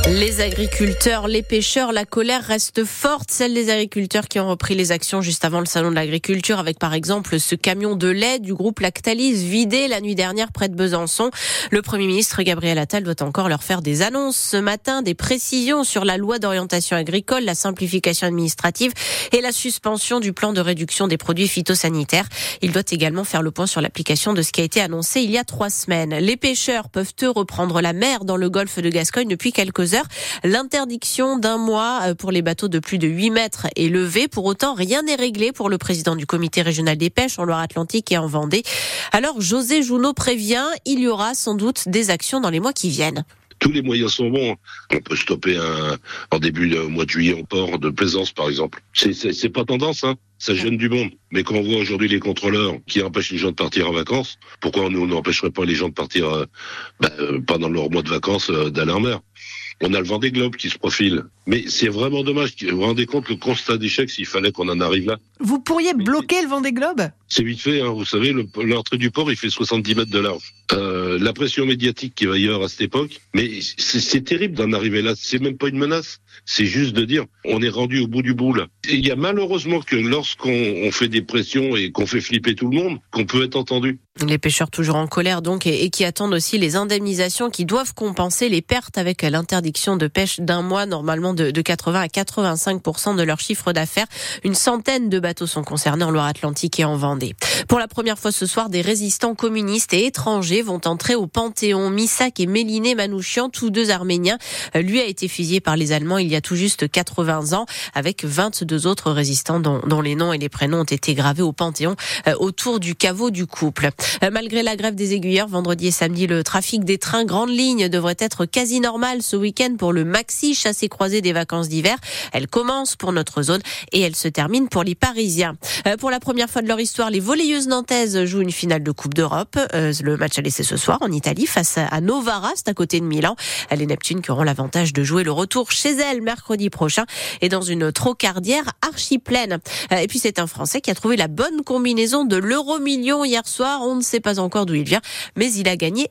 Les agriculteurs, les pêcheurs, la colère reste forte. Celle des agriculteurs qui ont repris les actions juste avant le salon de l'agriculture avec par exemple ce camion de lait du groupe Lactalis vidé la nuit dernière près de Besançon. Le Premier ministre Gabriel Attal doit encore leur faire des annonces ce matin, des précisions sur la loi d'orientation agricole, la simplification administrative et la suspension du plan de réduction des produits phytosanitaires. Il doit également faire le point sur l'application de ce qui a été annoncé il y a 3 semaines. Les pêcheurs peuvent reprendre la mer dans le golfe de Gascogne depuis quelques heures. L'interdiction d'1 mois pour les bateaux de plus de 8 mètres est levée. Pour autant, rien n'est réglé pour le président du comité régional des pêches en Loire-Atlantique et en Vendée. Alors, José Jounot prévient, il y aura sans doute des actions dans les mois qui viennent. Tous les moyens sont bons. On peut stopper en début de mois de juillet en port de plaisance, par exemple. C'est pas tendance, hein. Ça gêne du monde. Mais quand on voit aujourd'hui les contrôleurs qui empêchent les gens de partir en vacances, pourquoi nous n'empêcherait pas les gens de partir pendant leur mois de vacances d'aller en mer? On a le Vendée Globe qui se profile. Mais c'est vraiment dommage. Vous vous rendez compte le constat d'échec s'il fallait qu'on en arrive là? Vous pourriez bloquer le Vendée Globe? C'est vite fait, hein. Vous savez, l'entrée du port, il fait 70 mètres de large. La pression médiatique qui va y avoir à cette époque, mais c'est terrible d'en arriver là. C'est même pas une menace. C'est juste de dire, on est rendu au bout du bout, là. Et il y a malheureusement que lorsqu'on fait des pressions et qu'on fait flipper tout le monde, qu'on peut être entendu. Les pêcheurs toujours en colère donc et qui attendent aussi les indemnisations qui doivent compenser les pertes avec l'interdiction de pêche d'1 mois, normalement de 80 à 85% de leur chiffre d'affaires. Une centaine de bateaux sont concernés en Loire-Atlantique et en Vendée. Pour la première fois ce soir, des résistants communistes et étrangers vont entrer au Panthéon. Misak et Méliné Manouchian, tous 2 Arméniens. Lui a été fusillé par les Allemands il y a tout juste 80 ans, avec 22 autres résistants dont les noms et les prénoms ont été gravés au Panthéon autour du caveau du couple. Malgré la grève des aiguilleurs, vendredi et samedi, le trafic des trains grandes lignes devrait être quasi normal ce week-end pour le maxi chassé-croisé des vacances d'hiver. Elle commence pour notre zone et elle se termine pour les Parisiens. Pour la première fois de leur histoire, les volleyeuses nantaises jouent une finale de Coupe d'Europe. Le match a laissé ce soir en Italie face à Novara, c'est à côté de Milan. Les Neptunes qui auront l'avantage de jouer le retour chez elles mercredi prochain et dans une trocardière archi pleine. Et puis c'est un Français qui a trouvé la bonne combinaison de l'euro-million hier soir. On ne sait pas encore d'où il vient, mais il a gagné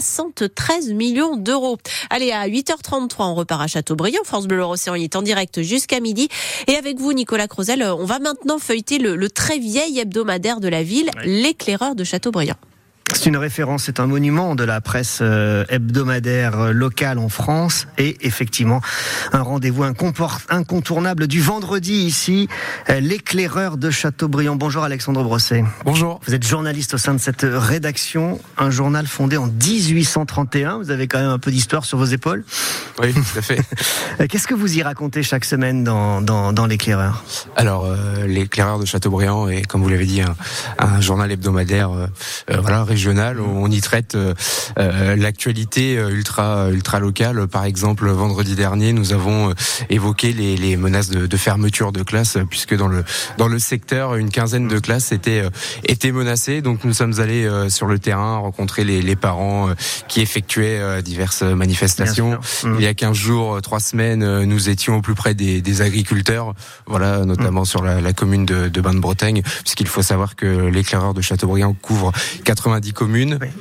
73 millions d'euros. Allez, à 8h33, on repart à Châteaubriand. France Bleu Océan est en direct jusqu'à midi. Et avec vous, Nicolas Crozel, on va maintenant feuilleter le très vieil hebdomadaire de la ville, L'Éclaireur de Châteaubriand. C'est une référence, c'est un monument de la presse hebdomadaire locale en France et effectivement un rendez-vous incontournable du vendredi ici, l'Éclaireur de Châteaubriand. Bonjour Alexandre Brosset. Bonjour. Vous êtes journaliste au sein de cette rédaction, un journal fondé en 1831. Vous avez quand même un peu d'histoire sur vos épaules. Oui, tout à fait. Qu'est-ce que vous y racontez chaque semaine dans l'Éclaireur ? Alors, l'Éclaireur de Châteaubriand est, comme vous l'avez dit, un journal hebdomadaire régional. On y traite l'actualité ultra locale. Par exemple, vendredi dernier, nous avons évoqué les menaces de fermeture de classes, puisque dans le secteur, une quinzaine de classes étaient menacées. Donc, nous sommes allés sur le terrain rencontrer les parents qui effectuaient diverses manifestations. Il y a 15 jours, 3 semaines, nous étions au plus près des agriculteurs, notamment sur la commune de Bain-de-Bretagne, puisqu'il faut savoir que l'Éclaireur de Châteaubriand couvre 90 communes. Oui.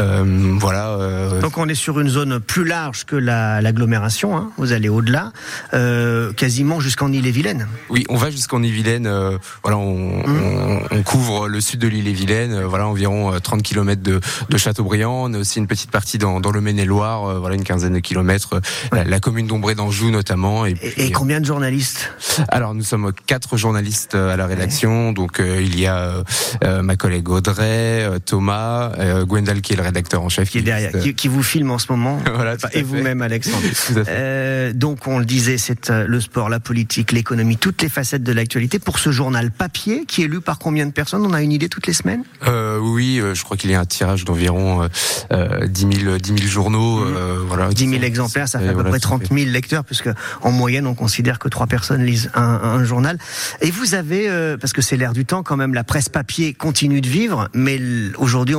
Donc on est sur une zone plus large que l'agglomération, hein. Vous allez au-delà, quasiment jusqu'en Ille-et-Vilaine. Oui, on va jusqu'en Ille-et-Vilaine. On couvre le sud de l'Ille-et-Vilaine. Environ 30 km de Châteaubriand. On a aussi une petite partie dans le Maine-et-Loire. Une quinzaine de kilomètres. La commune d'Ombré d'Anjou notamment. Et combien de journalistes ? Alors nous sommes 4 journalistes à la rédaction. Donc il y a ma collègue Audrey, Thomas, Gwendal qui est le rédacteur en chef qui est derrière, qui vous filme en ce moment. Et vous-même Alexandre. Donc on le disait, c'est le sport, la politique, l'économie, toutes les facettes de l'actualité pour ce journal papier qui est lu par combien de personnes ? On a une idée toutes les semaines ? Oui, je crois qu'il y a un tirage d'environ 10 000 journaux. 10 000 exemplaires, ça fait à peu près 30 000 lecteurs, puisque en moyenne on considère que 3 personnes lisent un journal. Et vous avez, parce que c'est l'air du temps quand même, la presse papier continue de vivre, mais aujourd'hui on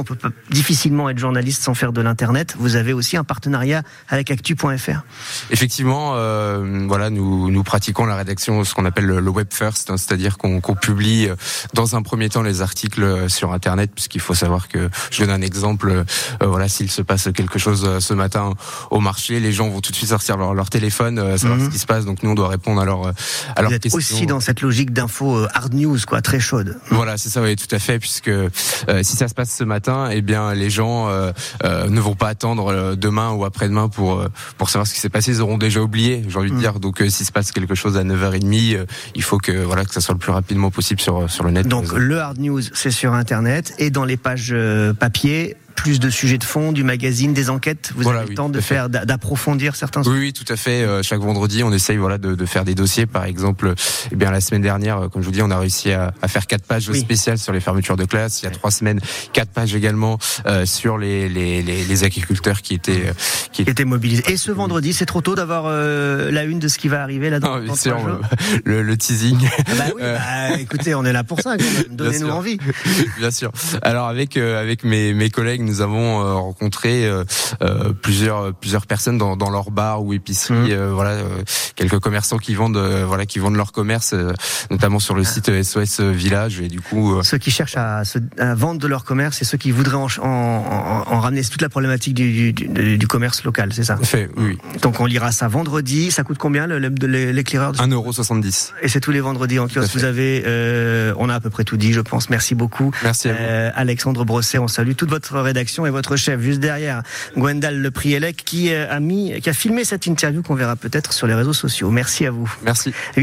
peut difficilement être journaliste sans faire de l'internet. Vous avez aussi un partenariat avec Actu.fr. Effectivement, voilà, nous pratiquons la rédaction, ce qu'on appelle le web first, hein, c'est-à-dire qu'on publie dans un premier temps les articles sur internet, puisqu'il faut savoir que, je donne un exemple, voilà, s'il se passe quelque chose ce matin au marché, les gens vont tout de suite sortir leur téléphone, savoir ce qui se passe, donc nous on doit répondre à leurs questions. Vous êtes aussi dans cette logique d'info hard news, quoi, très chaude. Voilà, c'est ça, oui, tout à fait, puisque si ça se passe ce matin, eh bien les gens ne vont pas attendre demain ou après-demain pour savoir ce qui s'est passé, ils auront déjà oublié, j'ai envie de dire. Donc s'il se passe quelque chose à 9h30, il faut que ça soit le plus rapidement possible sur le net. Donc le hard news, c'est sur internet, et dans les pages papier, plus de sujets de fond, du magazine, des enquêtes. Vous avez le temps d'approfondir certains sujets. Oui, tout à fait. Chaque vendredi, on essaye de faire des dossiers. Par exemple, la semaine dernière, comme je vous dis, on a réussi à faire 4 pages spéciales sur les fermetures de classe. Il y a 3 semaines, 4 pages également sur les agriculteurs qui étaient mobilisés. Et ce vendredi, c'est trop tôt d'avoir la une de ce qui va arriver là dans 3 jours. Le teasing. Écoutez, on est là pour ça. Donnez-nous envie. Bien sûr. Alors avec mes collègues, nous avons rencontré plusieurs personnes dans leur bar ou épicerie, quelques commerçants qui vendent leur commerce, notamment sur le site SOS Village, et du coup ceux qui cherchent à vendre de leur commerce et ceux qui voudraient en ramener, c'est toute la problématique du commerce local, c'est ça? Fait, oui. Donc on lira ça vendredi. Ça coûte combien l'éclaireur? 1,70 €. Et c'est tous les vendredis en kiosque. Vous avez, on a à peu près tout dit, je pense. Merci beaucoup. Merci à vous. Alexandre Brosset, on salue toute votre rédaction et votre chef juste derrière, Gwendal Leprielec, qui a filmé cette interview qu'on verra peut-être sur les réseaux sociaux. Merci à vous. Merci.